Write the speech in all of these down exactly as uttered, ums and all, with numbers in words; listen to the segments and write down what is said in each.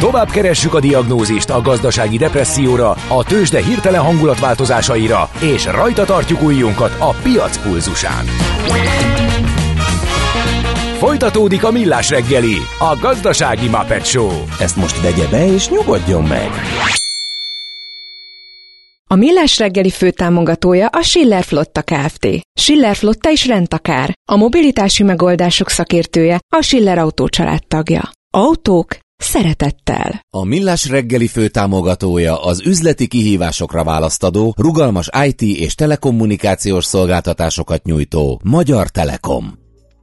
Tovább keressük a diagnózist a gazdasági depresszióra, a tőzsde hirtelen hangulatváltozásaira, és rajta tartjuk ujjunkat a piac pulzusán. Folytatódik a Millás reggeli, a gazdasági Muppet Show. Ezt most vegye be és nyugodjon meg! A Millás reggeli főtámogatója a Schiller Flotta Kft. Schiller Flotta is rendtakár. A mobilitási megoldások szakértője, a Schiller Autó család tagja. Autók szeretettel. A Millás reggeli főtámogatója az üzleti kihívásokra választadó, rugalmas i té és telekommunikációs szolgáltatásokat nyújtó Magyar Telekom.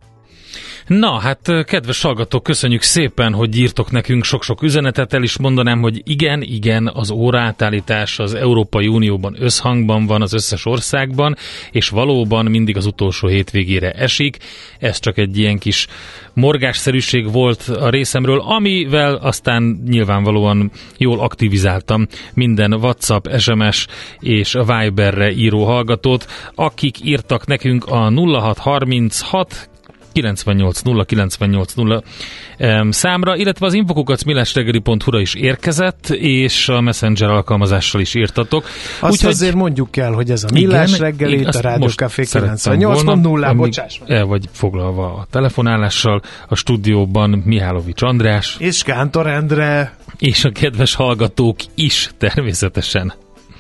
Na, hát kedves hallgatók, köszönjük szépen, hogy írtok nekünk sok-sok üzenetet. El is mondanám, hogy igen, igen, az óraátállítás az Európai Unióban összhangban van az összes országban, és valóban mindig az utolsó hétvégére esik. Ez csak egy ilyen kis morgásszerűség volt a részemről, amivel aztán nyilvánvalóan jól aktivizáltam minden WhatsApp, es em es és a Viberre író hallgatót, akik írtak nekünk a nulla hat harminchat kilencvennyolc nulla kilencvennyolc nulla számra, illetve az infokukat millásreggeli pont hu-ra is érkezett, és a Messenger alkalmazással is írtatok. Azt Úgyhogy azért mondjuk el, hogy ez a Millás reggeli, itt a Rádió Café kilencvennyolc pont nulla, bocsáss meg. El vagy foglalva a telefonálással, a stúdióban Mihálovics András. És Kántor Endre. És a kedves hallgatók is természetesen.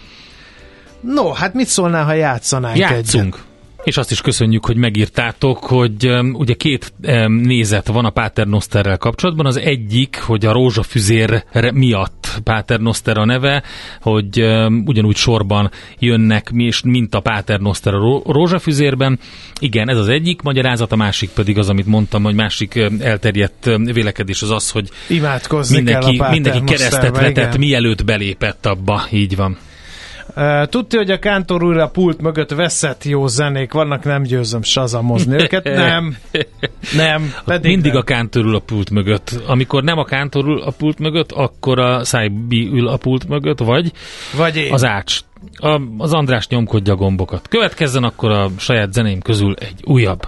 No, hát mit szólnál, ha játszanánk egyet? Játszunk. És azt is köszönjük, hogy megírtátok, hogy um, ugye két um, nézet van a Paternosterrel kapcsolatban. Az egyik, hogy a rózsafüzér miatt Paternoster a neve, hogy um, ugyanúgy sorban jönnek, mint a Paternoster a rózsafüzérben. Igen, ez az egyik magyarázat, a másik pedig az, amit mondtam, hogy másik um, elterjedt um, vélekedés az az, hogy mindenki, mindenki keresztet vetett, igen, mielőtt belépett abba. Így van. Uh, tudti, hogy a Kántor úr a pult mögött veszett jó zenék vannak, nem győzöm sazamozni őket. Nem, nem. Mindig nem. A Kántor ül a pult mögött. Amikor nem a Kántor ül a pult mögött, akkor a Szájbi ül a pult mögött, vagy, vagy én. Az Ács. A, az András nyomkodja a gombokat. Következzen akkor a saját zeneim közül egy újabb.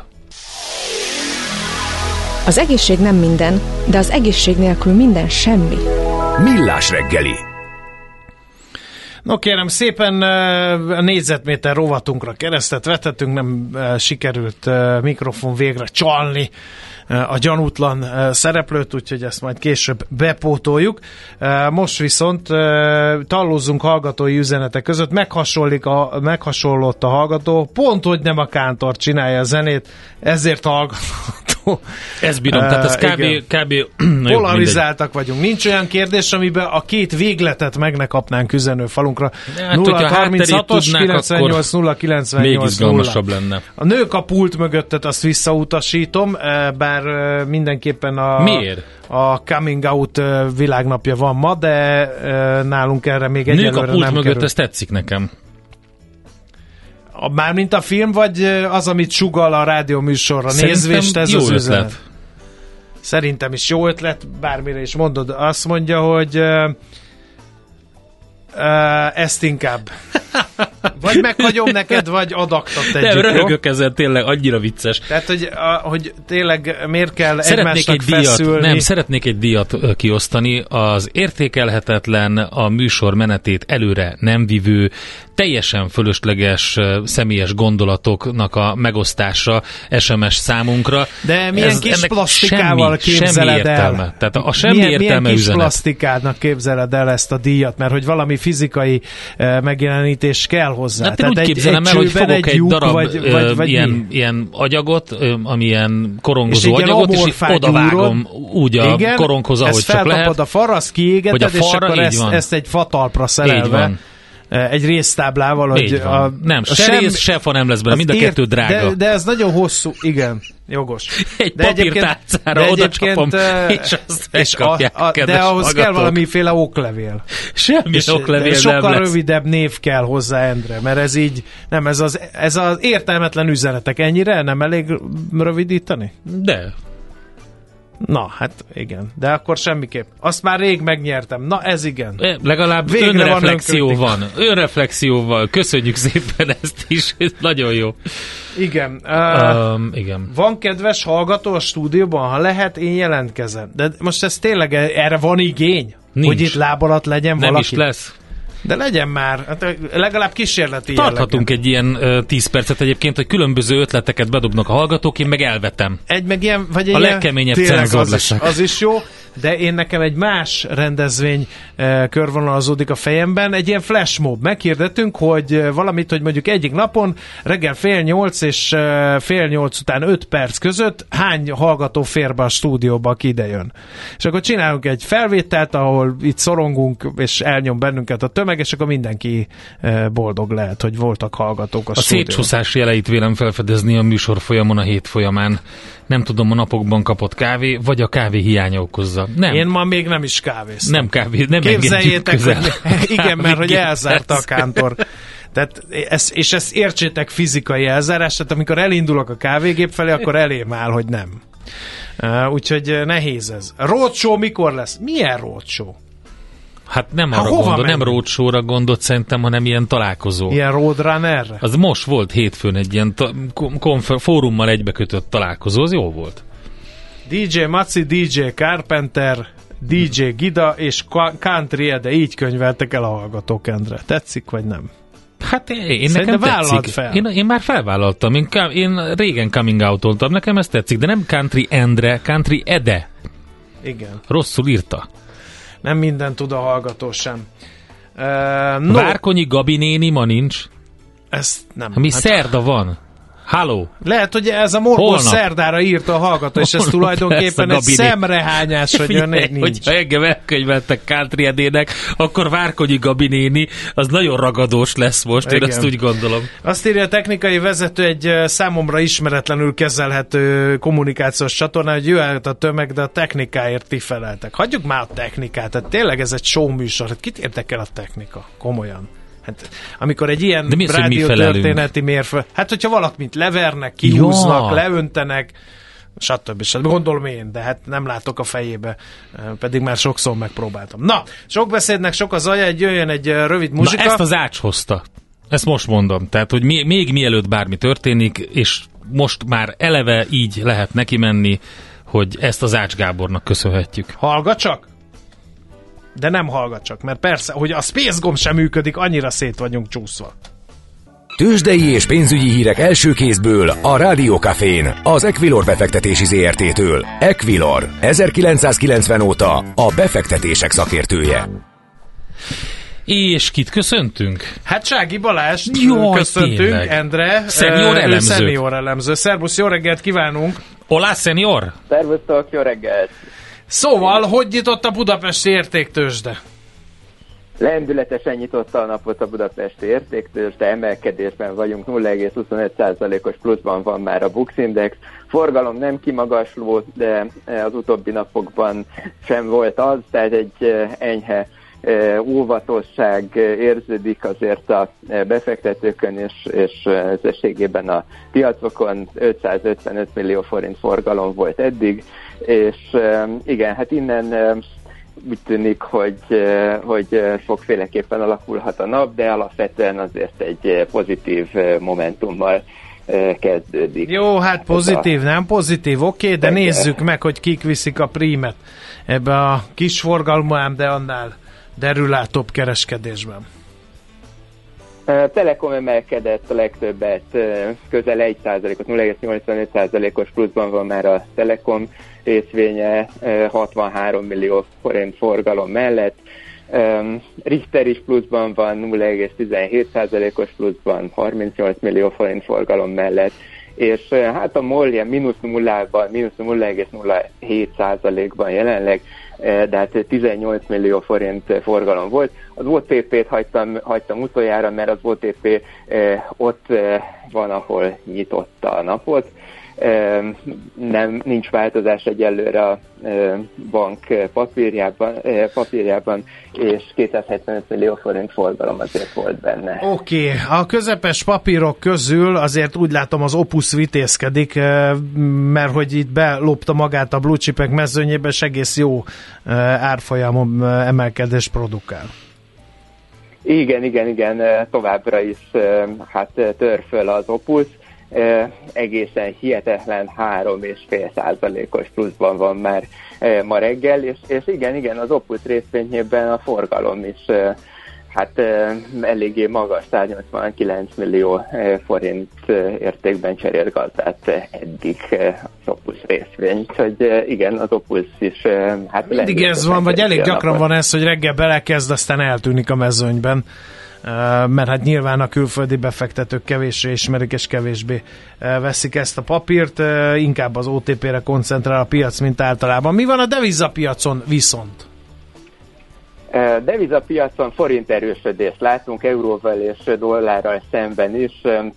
Az egészség nem minden, de az egészség nélkül minden semmi. Millás reggeli. No kérem szépen, a négyzetméter rovatunkra keresztet vetettünk, nem sikerült mikrofon végre csalni a gyanútlan szereplőt, úgyhogy ezt majd később bepótoljuk. Most viszont tallózzunk hallgatói üzenetek között, meghasonlik a, meghasonlott a hallgató, pont hogy nem a Kántor csinálja a zenét, ezért hallgatható. Ez bírom, uh, tehát ez kb. kb. Polarizáltak vagyunk. Nincs olyan kérdés, amiben a két végletet meg ne kapnánk üzenőfalunkra. Hát, nulla harminchatos kilencvennyolc nulla kilencvennyolc még izgalmasabb lenne. A nők a pult mögöttet, azt visszautasítom, bár mindenképpen a, Miért? a coming out világnapja van ma, de nálunk erre még egyelőre nem kerül. Nők a pult mögött, ez tetszik nekem. Mármint a film, vagy az, amit sugal a rádió műsorra nézvést, ez az üzenet? Szerintem is jó ötlet, bármire is mondod. Azt mondja, hogy uh, uh, ezt inkább vagy meghagyom neked, vagy adaktat tegyük. Nem, röhögök ezen, tényleg annyira vicces. Tehát, hogy, a, hogy tényleg miért kell szeretnék egymásnak egy díjat, feszülni? Nem, szeretnék egy díjat kiosztani, az értékelhetetlen, a műsor menetét előre nem vivő, teljesen fölösleges személyes gondolatoknak a megosztása es em es számunkra. De milyen Ez, kis plastikával semmi, képzeled semmi értelme. el? Tehát a semmi milyen, értelme milyen kis üzenet. plastikának képzeled el ezt a díjat? Mert hogy valami fizikai uh, megjelenítés kell hozzá. Hát én úgy egy, képzelem egy el, hogy fogok egy, egy lyuk, darab vagy, vagy, vagy ilyen, ilyen agyagot, amilyen korongozó és agyagot, és így odavágom úgy a igen, koronghoz, ahogy csak lehet. ezt feltapod a farra, azt kiégeted, a és akkor ezt, ezt egy fatalpra szerelve egy résztáblával, hogy a, nem, a se sem, rész, se fa nem lesz bele, mind a kettő drága. De, de ez nagyon hosszú, igen, jogos. Egy papírtálcára oda csapom, és azt megkapják, de ahhoz hallgatók. Kell valamiféle oklevél. Semmi oklevél sokkal nem lesz. Rövidebb név kell hozzá, Endre, mert ez így, nem, ez az, ez az értelmetlen üzenetek ennyire nem elég rövidíteni? De. Na, hát igen, de akkor semmiképp. Azt már rég megnyertem. Na, ez igen. E, legalább Végre önreflexió van, van. Önreflexióval. Köszönjük szépen ezt is. Ez nagyon jó. Igen. Uh, um, igen. Van kedves hallgató a stúdióban? Ha lehet, én jelentkezem. De most ez tényleg erre van igény? Nincs. Hogy itt láb alatt legyen Nem valaki? is lesz. De legyen már, hát legalább kísérleti Tarthatunk jellegem. egy ilyen uh, tíz percet egyébként, hogy különböző ötleteket bedobnak a hallgatók, én meg elvetem. Egy meg ilyen, vagy egy A ilyen, legkeményebb tényleg cenzor az is, leszek. az is jó, de én nekem egy más rendezvény uh, körvonalazódik a fejemben, egy ilyen flash mob. Meghirdetünk, hogy uh, valamit, hogy mondjuk egyik napon reggel fél nyolc és uh, fél nyolc után öt perc között hány hallgató fér be a stúdióba, aki ide jön. És akkor csinálunk egy felvételt, ahol itt szorongunk, és elnyom bennünket a tömeg, és akkor mindenki uh, boldog lehet, hogy voltak hallgatók a, A stúdióban. szétcsúszás jeleit vélem felfedezni a műsor folyamon a hét folyamán. Nem tudom, a napokban kapott kávé, vagy a kávé hiánya okozza. Nem. Én ma még nem is kávéztam. Nem kávé, nem Képzeljétek, közel. hogy igen, mert hogy Igen, elzárta a persze. kántor. Tehát ezt, és ezt értsétek fizikai elzárás, tehát amikor elindulok a kávégép felé, akkor elém áll, hogy nem. Uh, úgyhogy nehéz ez. Roadshow mikor lesz? Milyen roadshow? Hát nem Hát arra hova gondol, nem menjünk? roadshow-ra gondolt szerintem, hanem ilyen találkozó. Ilyen roadrunnerre? Az most volt hétfőn egy ilyen ta- konfer- fórummal egybekötött találkozó, az jó volt. dé dzsé Maci, dé dzsé Carpenter, dé dzsé Gida és Country Ede, így könyveltek el a hallgatók, Endre. Tetszik, vagy nem? Hát én, én Szerintem nekem vállald tetszik. fel. Én, én már felvállaltam. Én, én régen coming out-oltam, nekem ez tetszik, de nem Country Endre, Country Ede. Igen. Rosszul írta. Nem minden tud a hallgató sem. Uh, no, Várkonyi Gabi néni ma nincs. ezt nem. Mi Hát szerda van. Halló. lehet, hogy ez a morgó Holnap. szerdára írta a hallgató, és ez Holnap tulajdonképpen lesz a egy Gabi néni. szemrehányás, hogy jön, Figyelj, nincs. hogyha engem elkönyveltek Country Edének, akkor Várkonyi Gabi néni, az nagyon ragadós lesz most, én Igen. azt úgy gondolom. Azt írja a technikai vezető egy eh, számomra ismeretlenül kezelhető kommunikációs csatornán, hogy jöhet a tömeg, de a technikáért ti feleltek. Hagyjuk már a technikát, tehát tényleg ez egy show műsor, hát kit érdekel a technika? Komolyan. Hát, amikor egy ilyen De mi az, hogy mi felelünk? rádiótörténeti mérföld, hát hogyha valamit levernek, kihúznak, Ja. leöntenek, stb. stb. Gondolom én, de hát nem látok a fejébe, eh, pedig már sokszor megpróbáltam. Na, sok beszédnek sok az aja, egy jöjjön egy eh, rövid muzsika. Na ezt az Ács hozta. Ezt most mondom. Tehát, hogy mi, még mielőtt bármi történik, és most már eleve így lehet neki menni, hogy ezt az Ács Gábornak köszönhetjük. Hallgat csak? De nem hallgat csak, mert persze, hogy a Space gomb sem működik, annyira szét vagyunk csúszva. Tőzsdei és pénzügyi hírek első kézből a Rádió Cafén, az Equilor befektetési zé er té-től. Equilor, ezerkilencszázkilencven óta a befektetések szakértője. És kit köszöntünk? Hát Csági Balázs, Jaj, köszöntünk, tényleg. Endre. Senior ő elemző. Senior elemző. Szervusz, jó reggelt kívánunk! Olá, senior! Szervusztok, jó reggelt! Szóval, hogy nyitott a budapesti értéktőzsde? Lendületesen nyitotta a napot a budapesti értéktőzsde, emelkedésben vagyunk, nulla egész huszonöt százalékos pluszban van már a Bux Index. Forgalom nem kimagasló, de az utóbbi napokban sem volt az, tehát egy enyhe óvatosság érződik azért a befektetőkön és, és összességében a piacokon. ötszázötvenöt millió forint forgalom volt eddig, és igen, hát innen úgy tűnik, hogy, hogy sokféleképpen alakulhat a nap, de alapvetően azért egy pozitív momentummal kezdődik. Jó, hát pozitív, nem pozitív, oké, okay, de nézzük meg, hogy kik viszik a prímet ebbe a kis forgalmú, ám de annál derülátóbb kereskedésben. Telekom emelkedett a legtöbbet, közel egy százalékot, nulla egész nyolcvanöt százalékos pluszban van már a Telekom részvénye, hatvanhárom millió forint forgalom mellett. Richter is pluszban van, nulla egész tizenhét százalékos pluszban, harmincnyolc millió forint forgalom mellett, és hát a MOL ilyen mínusz nullában, mínusz nulla egész nulla hét százalékban jelenleg, de hát tizennyolc millió forint forgalom volt. Az o té pét hagytam, hagytam utoljára, mert az o té pé eh, ott eh, van, ahol nyitotta a napot, nem, nincs változás egyelőre a bank papírjában, papírjában, és kétszázhetvenöt millió forint forgalom azért volt benne. Oké, okay. A közepes papírok közül azért úgy látom az Opus vitézkedik, mert hogy itt belopta magát a blue chipek mezőnyébe, és egész jó árfolyamon emelkedés produkál. Igen, igen, igen, továbbra is hát tör föl az Opus, egészen hihetetlen három és fél százalékos pluszban van már ma reggel, és, és igen, igen, az Opus részvényében a forgalom is hát eléggé magas, száznyolcvankilenc millió forint értékben cserélt gazdát eddig az Opus részvény. Úgyhogy igen, az Opus is hát mindig ez van, vagy elég gyakran van ez, hogy reggel belekezd, aztán eltűnik a mezőnyben. Mert hát nyilván a külföldi befektetők kevéssé ismerik és kevésbé veszik ezt a papírt, inkább az o té pére koncentrál a piac, mint általában. Mi van a devizapiacon viszont? Devizapiacon forint erősödést látunk, euróval és dollárral szemben is.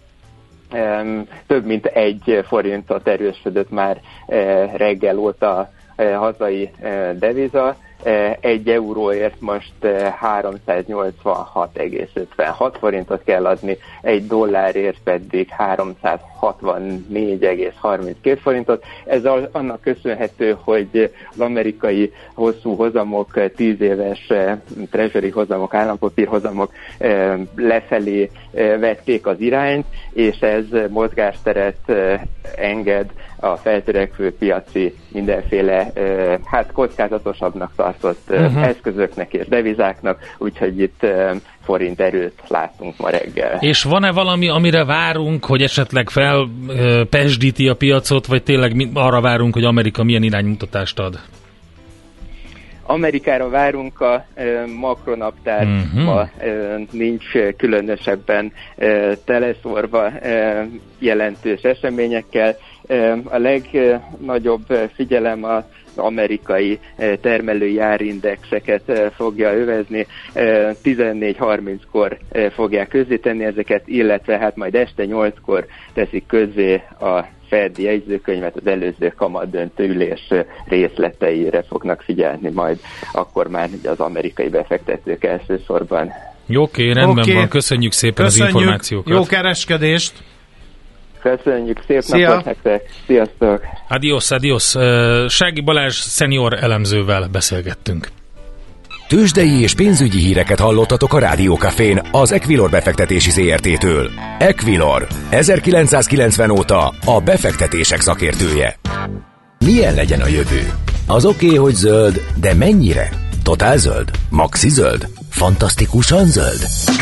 Több mint egy forintot erősödött már reggel óta hazai deviza. Egy euróért most háromszáznyolcvanhat egész ötvenhat forintot kell adni, egy dollárért pedig háromszázhatvannégy egész harminckét forintot. Ez annak köszönhető, hogy az amerikai hosszú hozamok, tíz éves treasury hozamok, állampapír hozamok lefelé vették az irányt, és ez mozgásteret enged a feltörekvő piaci mindenféle hát kockázatosabbnak tartott uh-huh. eszközöknek és devizáknak, úgyhogy itt forint erőt látunk ma reggel. És van-e valami, amire várunk, hogy esetleg felpesdíti a piacot, vagy tényleg arra várunk, hogy Amerika milyen iránymutatást ad? Amerikára várunk, a e, makronaptár uh-huh. ma e, nincs különösebben e, teleszorva e, jelentős eseményekkel. E, a legnagyobb figyelem az amerikai e, termelői árindexeket e, fogja övezni. E, tizennégy harminckor e, fogják közzétenni ezeket, illetve hát majd este nyolckor teszik közzé a Fed jegyzőkönyvet, az előző kamatdöntő ülés részleteire fognak figyelni majd, akkor már az amerikai befektetők elsősorban. Jó, oké, rendben okay. van, köszönjük szépen köszönjük. Az információkat. Jó kereskedést! Köszönjük, szép Szia. napot nektek! Sziasztok! Adios, adios! Sági Balázs szenior elemzővel beszélgettünk. Tőzsdei és pénzügyi híreket hallottatok a Rádió Cafén az Equilor befektetési zé er té-től. Equilor, ezerkilencszázkilencven óta a befektetések szakértője. Milyen legyen a jövő? Az oké, okay, hogy zöld, de mennyire? Totál zöld? Maxi zöld? Fantasztikusan zöld?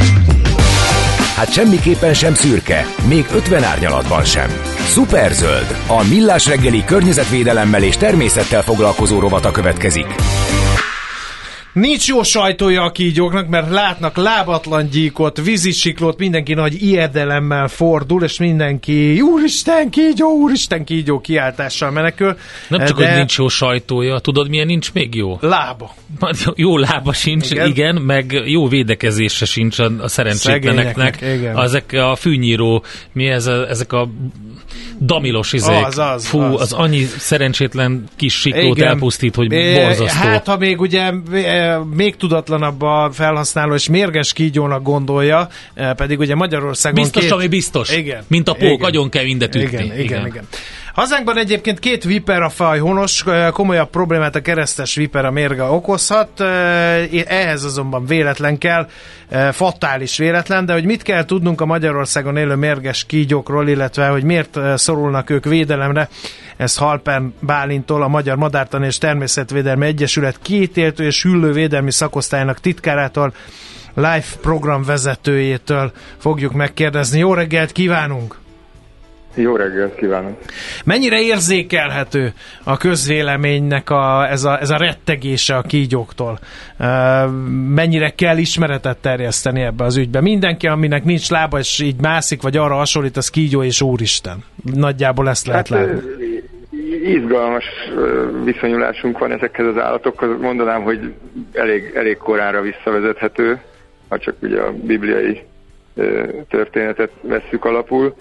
Hát semmiképpen sem szürke, még ötven árnyalatban sem. Szuperzöld, a millás reggeli környezetvédelemmel és természettel foglalkozó rovata következik. Nincs jó sajtója a kígyóknak, mert látnak lábatlan gyíkot, vízisiklót, mindenki nagy ijedelemmel fordul, és mindenki úristen kígyó, úristen kígyó kiáltással menekül. Nem csak, de... hogy nincs jó sajtója, tudod milyen nincs még jó? Lába. Jó lába sincs, igen, igen meg jó védekezése sincs a, a szerencsétleneknek. Ezek a fűnyíró, mi ez a, ezek a damilos izék. Az, az, Fú, az. az annyi szerencsétlen kis siklót igen. elpusztít, hogy borzasztó. Hát, ha még ugye még tudatlanabb a felhasználó, és mérges kígyónak gondolja, pedig ugye Magyarországon... Biztos, két... ami biztos. Igen. Mint a pók, igen. agyon kell mindet ütni. Igen, igen, igen. igen. Hazánkban egyébként két vipera faj honos, komolyabb problémát a keresztes vipera mérge okozhat, ehhez azonban véletlen kell, fatális véletlen, de hogy mit kell tudnunk a Magyarországon élő mérges kígyókról, illetve hogy miért szorulnak ők védelemre, ez Halpern Bálintól, a Magyar Madártani és Természetvédelmi Egyesület kiítéltő és hüllővédelmi szakosztályának titkárától, LIFE program vezetőjétől fogjuk megkérdezni. Jó reggelt kívánunk! Jó reggelt kívánok! Mennyire érzékelhető a közvéleménynek a, ez, a, ez a rettegése a kígyóktól? Mennyire kell ismeretet terjeszteni ebbe az ügybe? Mindenki, aminek nincs lába, és így mászik, vagy arra hasonlít, az kígyó és úristen. Nagyjából ezt lehet hát, látni. Izgalmas viszonyulásunk van ezekhez az állatokhoz. Mondanám, hogy elég, elég korára visszavezethető, ha csak ugye a bibliai történetet vesszük alapul.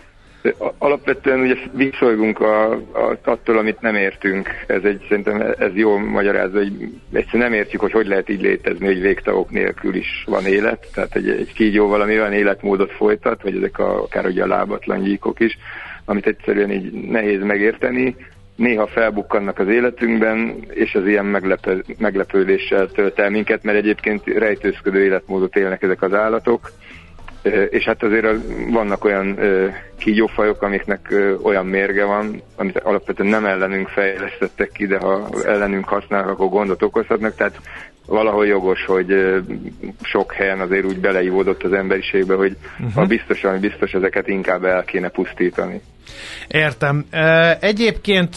Alapvetően ugye visszolygunk a, a, attól, amit nem értünk. Ez egy, szerintem ez jól magyarázza, hogy egyszerűen nem értjük, hogy hogy lehet így létezni, hogy végtagok nélkül is van élet. Tehát egy, egy kígyó valami olyan életmódot folytat, vagy ezek a, akár ugye a lábatlan gyíkok is, amit egyszerűen így nehéz megérteni. Néha felbukkannak az életünkben, és az ilyen meglepő, meglepődéssel tölt el minket, mert egyébként rejtőzködő életmódot élnek ezek az állatok. És hát azért vannak olyan kígyófajok, amiknek olyan mérge van, amit alapvetően nem ellenünk fejlesztettek ki, de ha ellenünk használnak, akkor gondot okozhatnak. Tehát valahol jogos, hogy sok helyen azért úgy beleívódott az emberiségbe, hogy uh-huh. ha biztos, ami biztos, ezeket inkább el kéne pusztítani. Értem. Egyébként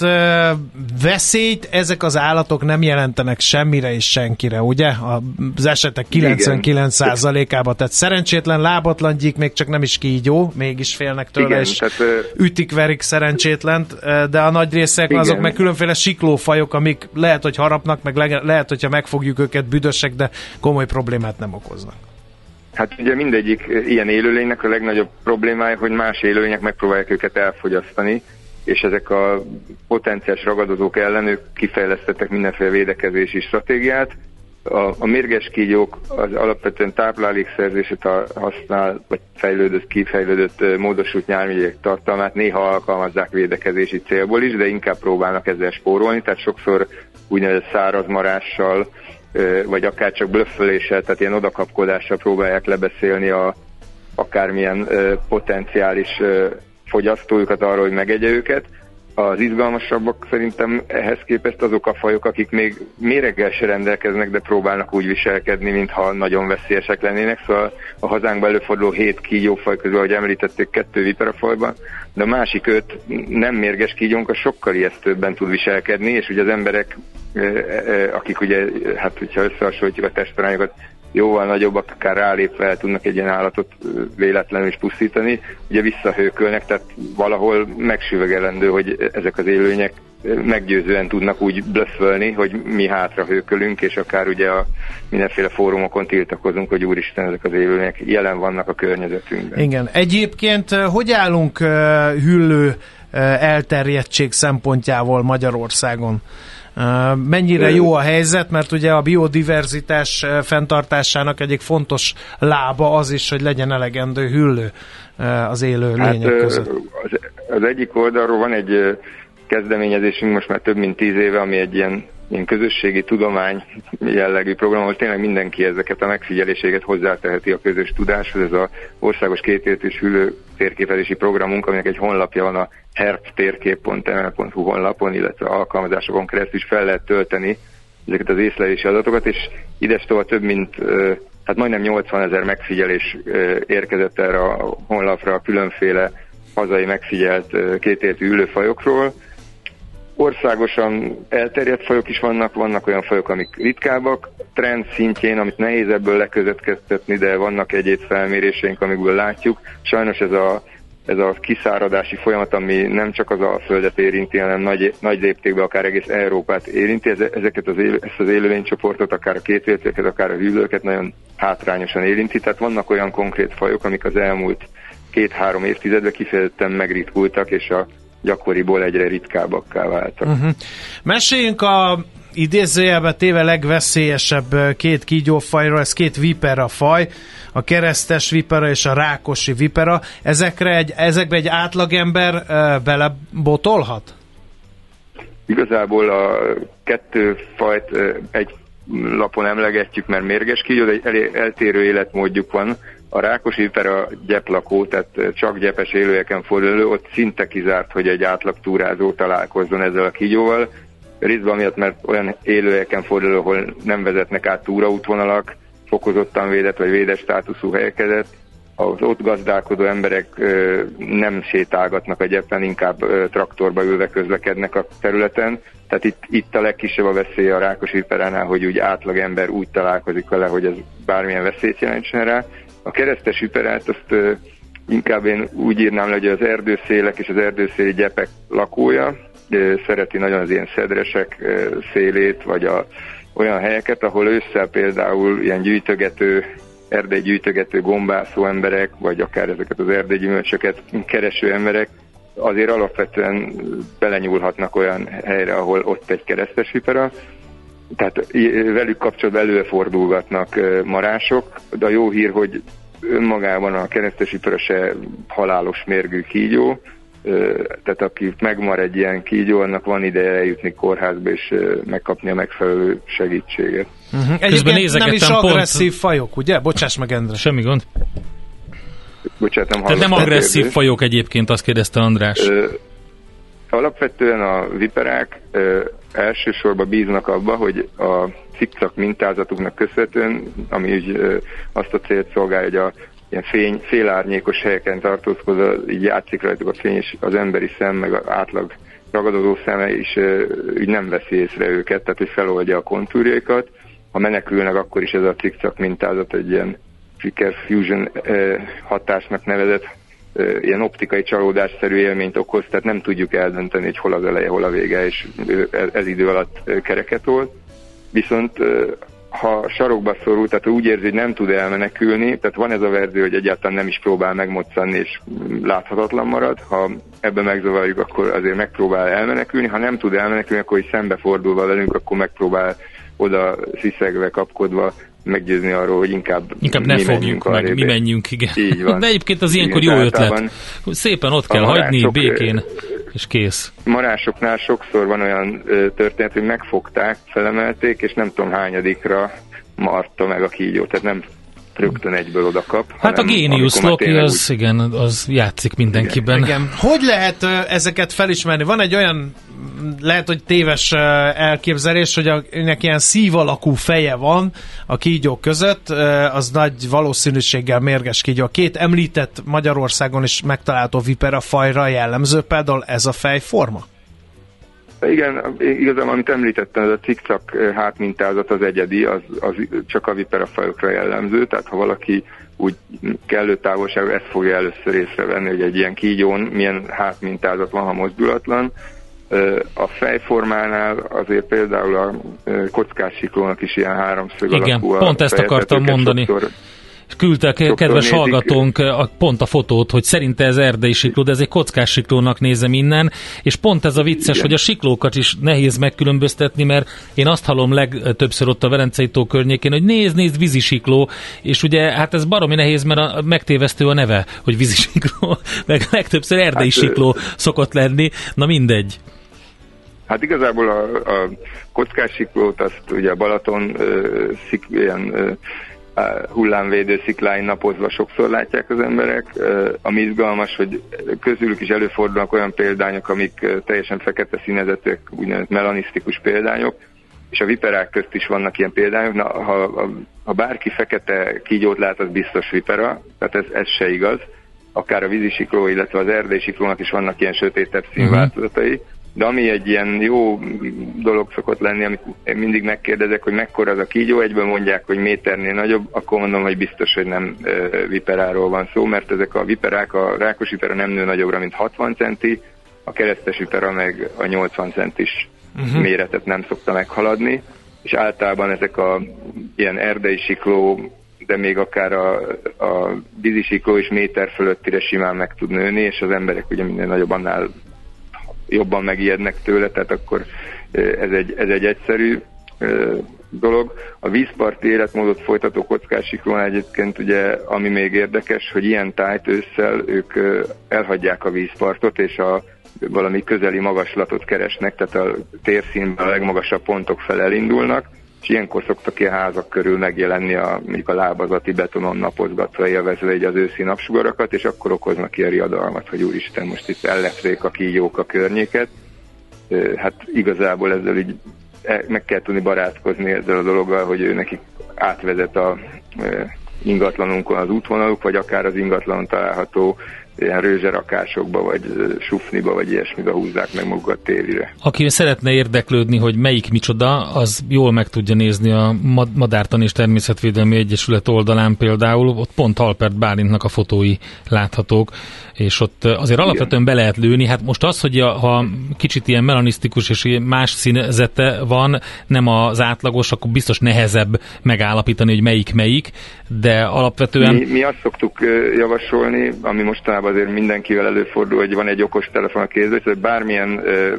veszélyt ezek az állatok nem jelentenek semmire és senkire, ugye? Az esetek kilencvenkilenc százalékában, tehát szerencsétlen lábatlan gyík még csak nem is kígyó, mégis félnek tőle, igen, és tehát, ütik-verik szerencsétlent, de a nagy részek igen. azok meg különféle siklófajok, amik lehet, hogy harapnak, meg le- lehet, hogyha megfogjuk őket, büdösek, de komoly problémát nem okoznak. Hát ugye mindegyik ilyen élőlénynek a legnagyobb problémája, hogy más élőlények megpróbálják őket elfogyasztani, és ezek a potenciális ragadozók ellen ők kifejlesztettek mindenféle védekezési stratégiát. A, a mérges kígyók az alapvetően táplálékszerzését használ, vagy fejlődött, kifejlődött módosult nyálmirigyek tartalmát néha alkalmazzák védekezési célból is, de inkább próbálnak ezzel spórolni, tehát sokszor úgynevezett szárazmarással, vagy akár csak blöfföléssel, tehát ilyen odakapkodással próbálják lebeszélni a akármilyen potenciális fogyasztójukat arról, hogy megegye őket. Az izgalmasabbak szerintem ehhez képest azok a fajok, akik még méreggel se rendelkeznek, de próbálnak úgy viselkedni, mintha nagyon veszélyesek lennének. Szóval a hazánkban előforduló hét kígyófaj közül, ahogy említették, kettő viperafajban, de a másik öt nem mérges kígyónk, sokkal ijesztőbben tud viselkedni, és ugye az emberek, akik ugye, hát hogyha összehasonlítjuk a testarányokat, jóval nagyobbak, akár rálépve el tudnak egy ilyen állatot véletlenül is pusztítani, ugye visszahőkölnek, tehát valahol megsüvegelendő, hogy ezek az élőnyek meggyőzően tudnak úgy blöffölni, hogy mi hátra hőkölünk, és akár ugye a mindenféle fórumokon tiltakozunk, hogy úristen, ezek az élőnyek jelen vannak a környezetünkben. Igen. Egyébként hogy állunk hüllő elterjedtség szempontjából Magyarországon? Mennyire jó a helyzet, mert ugye a biodiverzitás fenntartásának egyik fontos lába az is, hogy legyen elegendő hüllő az élő lények hát, között. Az, az egyik oldalról van egy kezdeményezésünk most már több mint tíz éve, ami egy ilyen, ilyen közösségi tudomány jellegű program, ahol tényleg mindenki ezeket a megfigyeléseket hozzáteheti a közös tudáshoz. Ez az országos kétértős hüllő térképezési programunk, aminek egy honlapja van, a herptérkép pont m l pont hu honlapon, illetve alkalmazásokon keresztül is fel lehet tölteni ezeket az észlelési adatokat, és idestova több mint, hát majdnem nyolcvanezer megfigyelés érkezett erre a honlapra a különféle hazai megfigyelt kétértű ülőfajokról. Országosan elterjedt fajok is vannak, vannak olyan fajok, amik ritkábbak. Trend szintjén, amit nehéz ebből lekövetkeztetni, de vannak egyéb felméréseink, amikből látjuk. Sajnos ez a, ez a kiszáradási folyamat, ami nem csak az Alföldet érinti, hanem nagy, nagy léptékben akár egész Európát érinti. Ezeket az élő, ezt az élőlénycsoportot, akár a kétértőket, akár a hüllőket nagyon hátrányosan érinti. Tehát vannak olyan konkrét fajok, amik az elmúlt két-három évtizedben kifejezetten megritkultak, és a gyakoriból egyre ritkábbakká váltak. Uh-huh. Meséljünk a idézőjelbe téve legveszélyesebb két kígyófajról, ez két vipera faj, a keresztes vipera és a rákosi vipera. Ezekre egy, ezekbe egy átlagember uh, belebotolhat? Igazából a kettő fajt uh, egy lapon emlegetjük, mert mérges kígyó, de egy eltérő életmódjuk van. A rákosi vipera gyeplakó, tehát csak gyepes élőhelyeken fordul elő, ott szinte kizárt, hogy egy átlag túrázó találkozzon ezzel a kígyóval. Részben miatt, mert olyan élőhelyeken fordul elő, ahol nem vezetnek át túraútvonalak, fokozottan védett vagy védes státuszú helyeket. Az ott gazdálkodó emberek ö, nem sétálgatnak a gyepen, inkább ö, traktorba ülve közlekednek a területen. Tehát itt, itt a legkisebb a veszély a rákosi viperánál, hogy úgy átlag ember úgy találkozik vele, hogy ez bármilyen veszélyt jelentsen rá. A keresztes viperát azt ö, inkább én úgy írnám le, hogy az erdőszélek és az erdőszéli gyepek lakója, ö, szereti nagyon az ilyen szedresek ö, szélét, vagy a, olyan helyeket, ahol ősszel például ilyen gyűjtögető erdélygyűjtögető, gombászó emberek, vagy akár ezeket az erdélygyümölcsöket kereső emberek azért alapvetően belenyúlhatnak olyan helyre, ahol ott egy keresztes vipera. Tehát velük kapcsolatban előfordulgatnak marások, de a jó hír, hogy önmagában a keresztes vipera se halálos mérgű kígyó, tehát aki megmar egy ilyen kígyó, annak van ideje eljutni kórházba és megkapni a megfelelő segítséget. Uh-huh. Egyébként nem is agresszív pont... fajok, ugye? Bocsáss meg, Endre. Semmi gond. Bocsánat, nem Tehát nem agresszív kérdés. Fajok egyébként, azt kérdezte András. Ö, alapvetően a viperák ö, elsősorban bíznak abba, hogy a cikcak mintázatuknak köszönhetően, ami úgy ö, azt a célt szolgálja, hogy a ilyen fény, félárnyékos helyeken tartózkodva, így játszik rajtuk a fény, és az emberi szem, meg az átlag ragadozó szeme is ö, úgy nem veszi észre őket, tehát hogy feloldja a kontúrjaikat. Ha menekülnek, akkor is ez a cikcak mintázat egy ilyen Flicker Fusion eh, hatásnak nevezett eh, ilyen optikai csalódásszerű élményt okoz, tehát nem tudjuk eldönteni, hogy hol az eleje, hol a vége, és ez, ez idő alatt eh, kereket volt. Viszont eh, ha sarokba szorul, tehát úgy érzi, hogy nem tud elmenekülni, tehát van ez a verzió, hogy egyáltalán nem is próbál megmoccanni, és láthatatlan marad. Ha ebben megzavarjuk, akkor azért megpróbál elmenekülni. Ha nem tud elmenekülni, akkor is szembefordulva velünk, akkor megpróbál oda sziszegve, kapkodva meggyőzni arról, hogy inkább, inkább ne fogjuk meg, arrébb. Mi menjünk, igen. Így van. De egyébként az ilyenkor jó ötlet. Szépen ott kell hagyni, békén, és kész. Marásoknál sokszor van olyan ö, történet, hogy megfogták, felemelték, és nem tudom hányadikra marta meg a kígyó. Tehát nem rögtön egyből oda kap. Hát a Génius Loki az, úgy... igen, az játszik mindenkiben. Igen. Igen. Hogy lehet ö, ezeket felismerni? Van egy olyan, lehet, hogy téves ö, elképzelés, hogy a, ennek ilyen szív alakú feje van a kígyók között, ö, az nagy valószínűséggel mérges kígyó. A két említett Magyarországon is megtalálható vipera fajra jellemző például ez a fejforma? Igen, igazán, amit említettem, ez a cikcak hátmintázat az egyedi, az, az csak a viperafajokra jellemző, tehát ha valaki úgy kellő távolságban ezt fogja először észrevenni, hogy egy ilyen kígyón milyen hátmintázat van, ha mozdulatlan. A fejformánál azért például a kockás siklónak is ilyen háromszög igen, alakú a pont ezt akartam mondani. Sokszor, küldte kedves nézik. Hallgatónk pont a fotót, hogy szerinte ez erdei sikló, de ez egy kockás siklónak nézem innen, és pont ez a vicces, igen, hogy a siklókat is nehéz megkülönböztetni, mert én azt hallom legtöbbször ott a Velencei tó környékén, hogy nézd, nézd, vízisikló, és ugye hát ez baromi nehéz, mert a, megtévesztő a neve, hogy vízisikló, meg legtöbbször erdei hát, sikló ö... szokott lenni, na mindegy. Hát igazából a, a kockás siklót, azt ugye a Balaton ö, szik, ilyen ö, hullámvédő szikláin napozva sokszor látják az emberek. Ami izgalmas, hogy közülük is előfordulnak olyan példányok, amik teljesen fekete színezetűek, úgynevezett melanisztikus példányok, és a viperák közt is vannak ilyen példányok. Na, ha, ha bárki fekete kígyót lát, az biztos vipera, tehát ez, ez se igaz. Akár a vízisikló, illetve az erdei siklónak is vannak ilyen sötétebb színváltozatai. De ami egy ilyen jó dolog szokott lenni, amit én mindig megkérdezek, hogy mekkora az a kígyó, egyből mondják, hogy méternél nagyobb, akkor mondom, hogy biztos, hogy nem e, viperáról van szó, mert ezek a viperák, a rákos vipera nem nő nagyobbra, mint hatvan centi, a keresztes vipera meg a nyolcvan centis uh-huh. méretet nem szokta meghaladni, és általában ezek a ilyen erdei sikló, de még akár a, a vízisikló is méter fölöttire simán meg tud nőni, és az emberek ugye minden nagyobb annál jobban megijednek tőle, tehát akkor ez egy, ez egy egyszerű dolog. A vízparti életmódot folytató kockás siklónál egyébként ugye, ami még érdekes, hogy ilyen tájt ősszel ők elhagyják a vízpartot, és a valami közeli magaslatot keresnek, tehát a térszínben a legmagasabb pontok fel elindulnak, és ilyenkor szoktak ilyen házak körül megjelenni a, mondjuk a lábazati betonon napozgatva élvezve így az őszi napsugarakat, és akkor okoznak ilyen riadalmat, hogy úristen, most itt ellepték a kígyók a környéket. Hát igazából ezzel így meg kell tudni barátkozni ezzel a dologgal, hogy ő nekik átvezet a ingatlanunkon az útvonaluk, vagy akár az ingatlanon található ilyen rőzserakásokba, vagy sufniba, vagy ilyesmibe húzzák meg magukat télire. Aki szeretne érdeklődni, hogy melyik micsoda, az jól meg tudja nézni a Madártani és Természetvédelmi Egyesület oldalán például, ott pont Halpert Bálintnak a fotói láthatók, és ott azért alapvetően be lehet lőni. Hát most az, hogy a, ha kicsit ilyen melanisztikus és más színezete van, nem az átlagos, akkor biztos nehezebb megállapítani, hogy melyik melyik, de alapvetően... Mi, mi azt szoktuk javasolni, ami mostanában azért mindenkivel előfordul, hogy van egy okos telefon a kézben, hogy bármilyen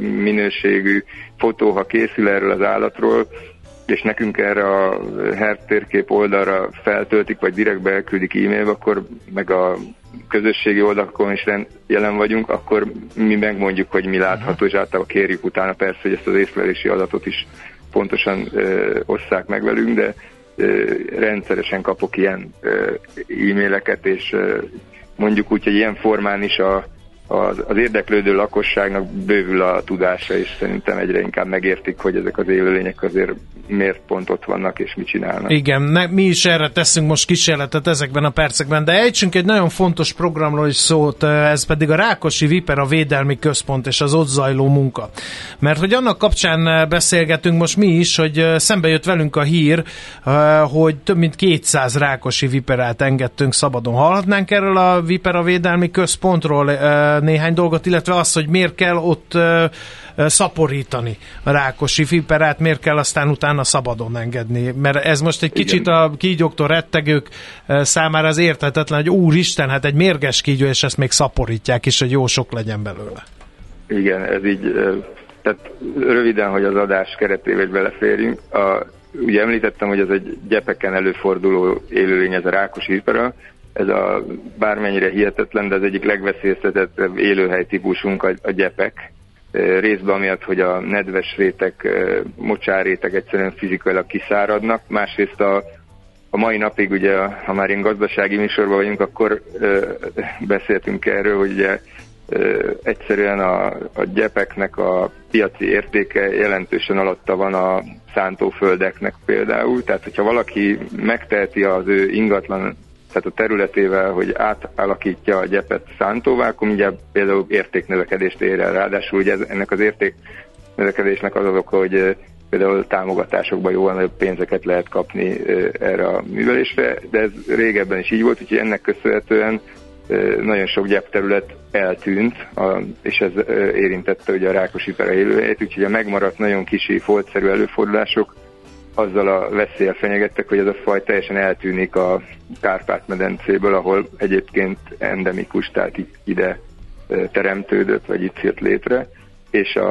minőségű fotó, ha készül erről az állatról, és nekünk erre a hert térkép oldalra feltöltik, vagy direktbe elküldik e-mailbe, akkor meg a közösségi oldalakon is jelen vagyunk, akkor mi megmondjuk, hogy mi látható, és általában kérjük utána persze, hogy ezt az észlelési adatot is pontosan ö, osszák meg velünk, de ö, rendszeresen kapok ilyen ö, e-maileket, és ö, mondjuk úgy, hogy ilyen formán is a Az, az érdeklődő lakosságnak bővül a tudása, és szerintem egyre inkább megértik, hogy ezek az élőlények azért miért pont ott vannak, és mit csinálnak. Igen, ne, mi is erre teszünk most kísérletet ezekben a percekben, de ejtsünk egy nagyon fontos programról is szót, ez pedig a Rákosi Vipera Védelmi Központ és az ott zajló munka. Mert hogy annak kapcsán beszélgetünk most mi is, hogy szembe jött velünk a hír, hogy több mint kétszáz rákosi viperát engedtünk szabadon. Hallhatnánk erről a Vipera Védelmi Központról néhány dolgot, illetve az, hogy miért kell ott uh, szaporítani a rákosi viperát, miért kell aztán utána szabadon engedni. Mert ez most egy kicsit Igen. a kígyóktól rettegők uh, számára az érthetetlen, hogy úristen, hát egy mérges kígyó, és ezt még szaporítják is, hogy jó sok legyen belőle. Igen, ez így, uh, tehát röviden, hogy az adás keretébe beleférjünk. A, ugye említettem, hogy ez egy gyepeken előforduló élőlény, ez a rákosi vipera. Ez a bármennyire hihetetlen, de az egyik legveszélyeztetettebb élőhely típusunk a, a gyepek. Részben amiatt, hogy a nedves réteg, mocsárréteg egyszerűen fizikailag kiszáradnak. Másrészt a, a mai napig, ugye, ha már ilyen gazdasági műsorban vagyunk, akkor ö, beszéltünk erről, hogy ugye, ö, egyszerűen a, a gyepeknek a piaci értéke jelentősen alatta van a szántóföldeknek például. Tehát, hogyha valaki megteheti az ő ingatlan, tehát a területével, hogy átalakítja a gyepet szántóvá, akkor mindjárt például értéknövekedést ér el. Ráadásul ugye ennek az értéknövekedésnek az az oka, hogy például támogatásokban jóval nagyobb pénzeket lehet kapni erre a művelésre, de ez régebben is így volt, úgyhogy ennek köszönhetően nagyon sok gyepterület eltűnt, és ez érintette ugye a rákosi vipera élőhelyét, úgyhogy a megmaradt nagyon kicsi foltszerű előfordulások azzal a veszéllyel fenyegettek, hogy ez a faj teljesen eltűnik a Kárpát-medencéből, ahol egyébként endemikus, tehát ide teremtődött, vagy itt jött létre, és a,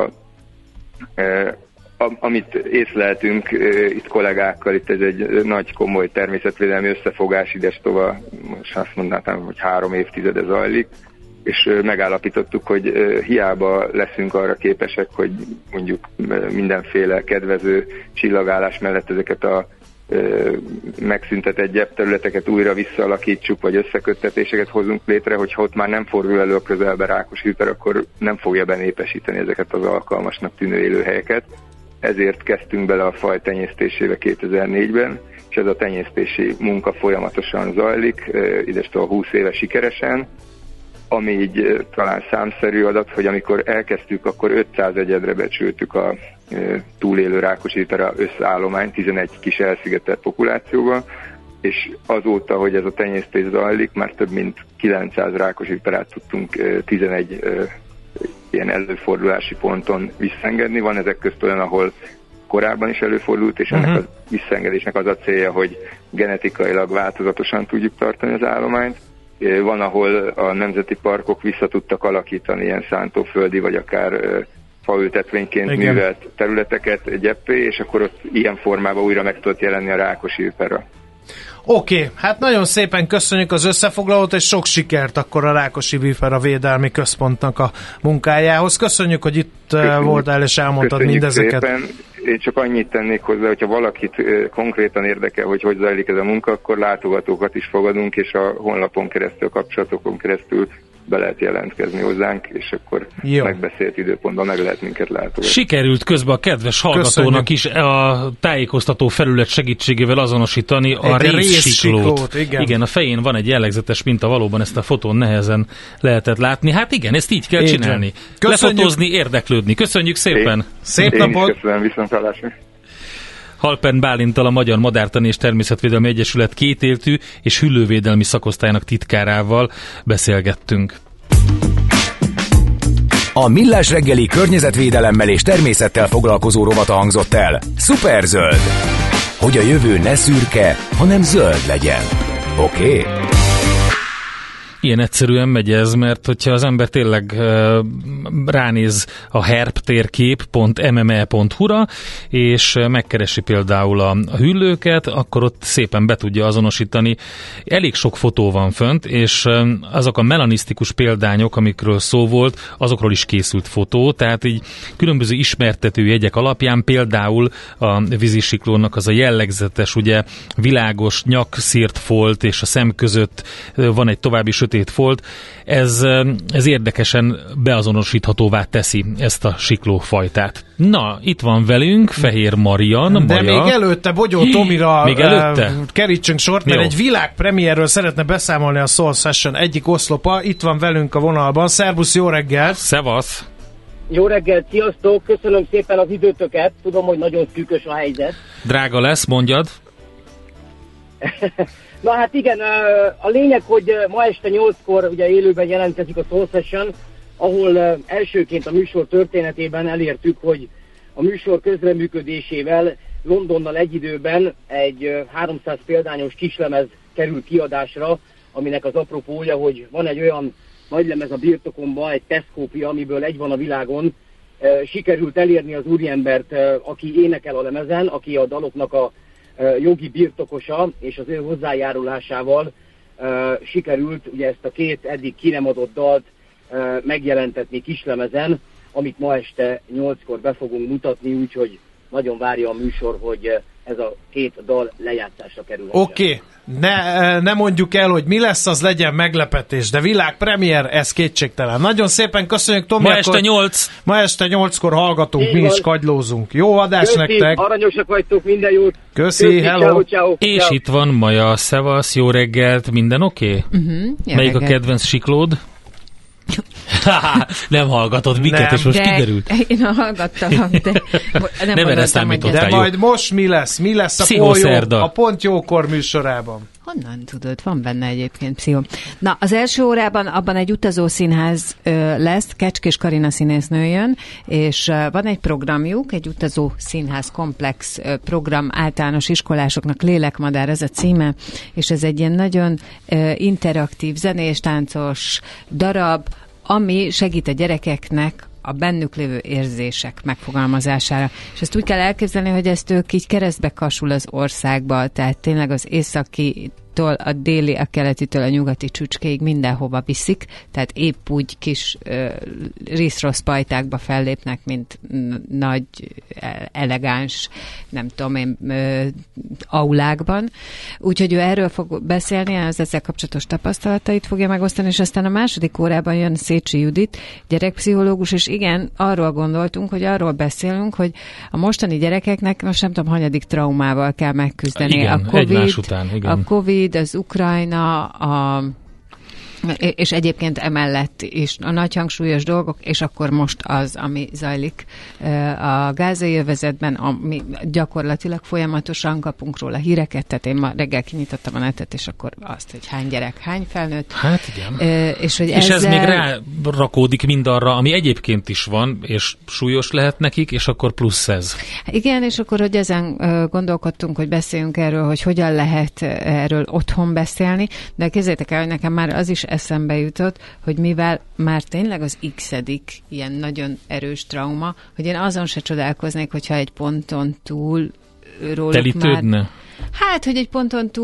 a, amit észleltünk itt kollégákkal, itt ez egy nagy komoly természetvédelmi összefogás idestova, most azt mondanám, hogy három évtizede zajlik, és megállapítottuk, hogy hiába leszünk arra képesek, hogy mondjuk mindenféle kedvező csillagállás mellett ezeket a megszüntetett gyepterületeket újra visszaalakítsuk, vagy összeköttetéseket hozunk létre, hogyha ott már nem fordul elő a közelbe rákosi vipera, akkor nem fogja benépesíteni ezeket az alkalmasnak tűnő élőhelyeket. Ezért kezdtünk bele a faj tenyésztésébe kétezer-négyben, és ez a tenyésztési munka folyamatosan zajlik, idestől húsz éve sikeresen, ami így talán számszerű adat, hogy amikor elkezdtük, akkor ötszáz egyedre becsültük a e, túlélő rákosi vipera összállomány tizenegy kis elszigetelt populációval, és azóta, hogy ez a tenyésztés zajlik, már több mint kilencszáz rákosi viperát tudtunk e, tizenegy e, ilyen előfordulási ponton visszaengedni. Van ezek közt olyan, ahol korábban is előfordult, és ennek uh-huh. a visszaengedésnek az a célja, hogy genetikailag változatosan tudjuk tartani az állományt. Van, ahol a nemzeti parkok vissza tudtak alakítani ilyen szántóföldi, vagy akár uh, faültetvényként Igen. művelt területeket gyeppé, és akkor ott ilyen formában újra meg tudott jelenni a rákosi vipera. Oké, okay, hát nagyon szépen köszönjük az összefoglalót, és sok sikert akkor a Rákosi Vipera Védelmi Központnak a munkájához. Köszönjük, hogy itt köszönjük. voltál, és elmondtad köszönjük mindezeket. Szépen. Én csak annyit tennék hozzá, hogyha valakit konkrétan érdekel, hogy hogy zajlik ez a munka, akkor látogatókat is fogadunk, és a honlapon keresztül, a kapcsolatokon keresztül be lehet jelentkezni hozzánk, és akkor jó. megbeszélt időpontban meg lehet minket látogatni. Sikerült közben a kedves hallgatónak Köszönjük. is a tájékoztató felület segítségével azonosítani egy a részsiklót. Igen. igen, a fején van egy jellegzetes minta, valóban ezt a fotón nehezen lehetett látni. Hát igen, ezt így kell így csinálni. Lefotózni, érdeklődni. Köszönjük szépen! Én, Szép én napot! Köszönöm, viszontlátásra! Halpen Bálinttal, a Magyar Madártani és Természetvédelmi Egyesület kétéltű és hüllővédelmi szakosztályának titkárával beszélgettünk. A Millás reggeli környezetvédelemmel és természettel foglalkozó rovata hangzott el. Szuperzöld! Hogy a jövő ne szürke, hanem zöld legyen. Oké? Okay? Ilyen egyszerűen megy ez, mert hogyha az ember tényleg uh, ránéz a herp térkép pont m m e pont h u-ra, és megkeresi például a, a hüllőket, akkor ott szépen be tudja azonosítani. Elég sok fotó van fönt, és um, azok a melanisztikus példányok, amikről szó volt, azokról is készült fotó, tehát így különböző ismertető jegyek alapján például a vízisiklónak az a jellegzetes, ugye világos nyakszírt folt, és a szem között van egy további sötét folt, ez, ez érdekesen beazonosíthatóvá teszi ezt a siklófajtát. Na, itt van velünk Fehér Marian. De Maja. még előtte Bogyó Tomira még előtte? kerítsünk sort, mert Jó. egy világpremierről szeretne beszámolni a Soul Session egyik oszlopa. Itt van velünk a vonalban. Szerbusz, jó reggelt! Szevasz! Jó reggelt, sziasztok! Köszönöm szépen az időtöket. Tudom, hogy nagyon szűkös a helyzet. Drága lesz, mondjad. Na hát igen, a lényeg, hogy ma este nyolckor ugye élőben jelentkezik a Soul Session, ahol elsőként a műsor történetében elértük, hogy a műsor közreműködésével Londonnal egy időben egy háromszáz példányos kislemez kerül kiadásra, aminek az apropója, hogy van egy olyan nagylemez a birtokomban, egy tesztkópia, amiből egy van a világon. Sikerült elérni az úriembert, aki énekel a lemezen, aki a daloknak a jogi birtokosa, és az ő hozzájárulásával uh, sikerült ugye ezt a két eddig ki nem adott dalt uh, megjelentetni kislemezen, amit ma este nyolckor be fogunk mutatni, úgyhogy nagyon várja a műsor, hogy ez a két dal lejátszásra kerül. Oké, okay. ne, ne mondjuk el, hogy mi lesz, az legyen meglepetés, de világpremier, ez kétségtelen. Nagyon szépen köszönjük, Tomi. Ma este nyolc. Ma este nyolckor hallgatunk, Én mi van. is kagylózunk. Jó adás Köszi, nektek. Aranyosak vagytok, minden jót. Köszi, Köszi hello. Ciao, ciao, és ciao. Itt van Maja, szevasz, jó reggelt, minden oké? Okay? Uh-huh, Melyik reggelt. A kedvenc siklód? Nem hallgatod minket, nem. És most de kiderült. Én hallgattam, de nem, nem erre számítottál. De majd most mi lesz? Mi lesz a, jó, a Pont Jókor műsorában? Honnan tudod? Van benne egyébként pszichó. Na, az első órában abban egy utazó színház ö, lesz, Kecskés Karina színésznő jön, és ö, van egy programjuk, egy utazó színház komplex ö, program általános iskolásoknak, Lélekmadár ez a címe, és ez egy ilyen nagyon ö, interaktív, zenés, táncos darab, ami segít a gyerekeknek a bennük lévő érzések megfogalmazására. És ezt úgy kell elképzelni, hogy ezt ők így keresztbe kasul az országba, tehát tényleg az északi a déli, a keletitől a nyugati csücskéig mindenhova viszik, tehát épp úgy kis uh, risz-rossz pajtákba fellépnek, mint n- nagy, elegáns, nem tudom én, uh, aulákban. Úgyhogy ő erről fog beszélni, az ezzel kapcsolatos tapasztalatait fogja megosztani, és aztán a második órában jön Szécsi Judit, gyerekpszichológus, és igen, arról gondoltunk, hogy arról beszélünk, hogy a mostani gyerekeknek most nem tudom, hanyadik traumával kell megküzdeni. Igen, a COVID, egymás után, igen. A COVID, az Ukrajna, a, és egyébként emellett is a nagy hangsúlyos dolgok, és akkor most az, ami zajlik a gázai övezetben, ami gyakorlatilag folyamatosan kapunk róla híreket, tehát én ma reggel kinyitottam a netet, és akkor azt, hogy hány gyerek, hány felnőtt. Hát igen. És, hogy és ezzel... ez még rárakódik mindarra, ami egyébként is van, és súlyos lehet nekik, és akkor plusz ez. Igen, és akkor, hogy ezen gondolkodtunk, hogy beszéljünk erről, hogy hogyan lehet erről otthon beszélni, de képzeljétek el, hogy nekem már az is eszembe jutott, hogy mivel már tényleg az x-edik ilyen nagyon erős trauma, hogy én azon se csodálkoznék, hogyha egy ponton túl róluk telítődne? Már... Hát, hogy egy ponton túl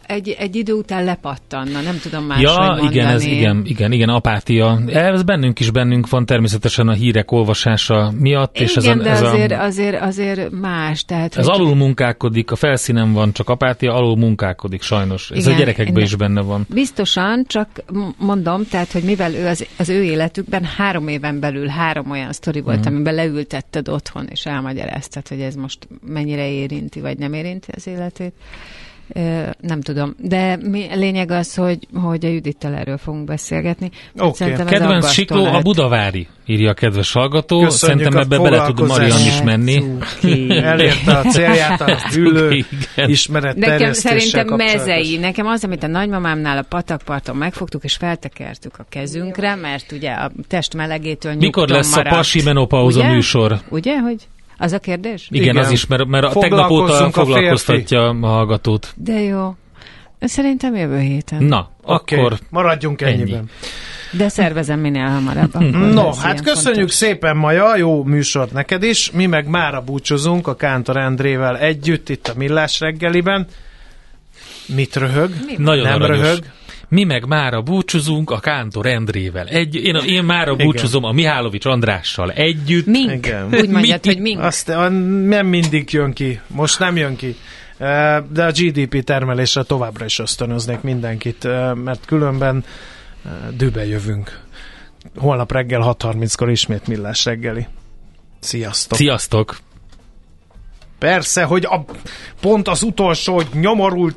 egy, egy idő után lepattanna, nem tudom máshogy ja, mondani. igen, ez igen, igen, igen, apátia. Ez bennünk is bennünk van természetesen a hírek olvasása miatt. Igen, és ez a, de ez azért, a, azért, azért más. Tehát, ez hogy... alul munkálkodik, a felszínen van csak apátia, alul munkálkodik sajnos. Ez igen, a gyerekekben is benne van. Biztosan, csak mondom, tehát, hogy mivel ő az, az ő életükben három éven belül három olyan sztori volt, mm. amiben leültetted otthon, és elmagyaráztad, hogy ez most mennyire érinti, vagy nem érinti az életét. Nem tudom, de mi, lényeg az, hogy, hogy a Judittel erről fogunk beszélgetni. Okay. Kedvenc sikló a budavári, írja a kedves hallgató. Köszönjük. Szerintem ebbe bele tud Marian is menni. Elérte a célját a ülő ismeret nekem szerintem mezei. Nekem az, amit a nagymamámnál a patakparton megfogtuk, és feltekertük a kezünkre, mert ugye a test melegétől nyugton Mikor lesz maradt. A pasi menopauza műsor? Ugye, hogy... Az a kérdés? Igen, Igen. az is, mert, mert a tegnap óta foglalkoztatja a, a hallgatót. De jó. Szerintem jövő héten. Na, okay. Akkor maradjunk ennyiben. Ennyi. De szervezem minél hamarabb. No, hát köszönjük fontos. Szépen, Maja, jó műsort neked is. Mi meg mára búcsúzunk a Kántor Endrével együtt itt a Millás reggeliben. Mit röhög? Mi Nagyon nem aranyos. Röhög. Mi meg mára búcsúzunk a Kántor Endrével. Egy, én, én mára búcsúzom a Mihálovics Andrással együtt. Mink. Igen. Úgy mondjad, hogy mink. Azt nem mindig jön ki. Most nem jön ki. De a gé dé pé termelésre továbbra is ösztönöznék mindenkit, mert különben dűbe jövünk. Holnap reggel hat harminckor ismét Millás reggeli. Sziasztok! Sziasztok! Persze, hogy a, pont az utolsó, hogy nyomorult...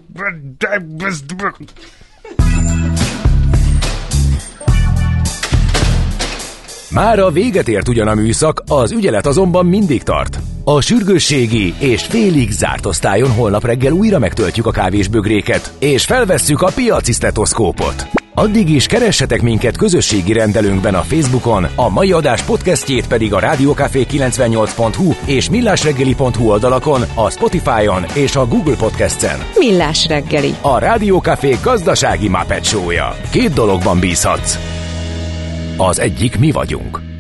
Mára véget ért ugyan a műszak, az ügyelet azonban mindig tart. A sürgősségi és félig zárt osztályon holnap reggel újra megtöltjük a kávésbögréket, és felvesszük a piaci sztetoszkópot. Addig is keressetek minket közösségi rendelőnkben a Facebookon, a mai adás podcastjét pedig a rádiókafé kilencvennyolc pont hu és millásreggeli pont hu oldalakon, a Spotify-on és a Google Podcast-en. Millás reggeli. A Rádiókafé gazdasági Muppet show-ja. Két dologban bízhatsz. Az egyik mi vagyunk.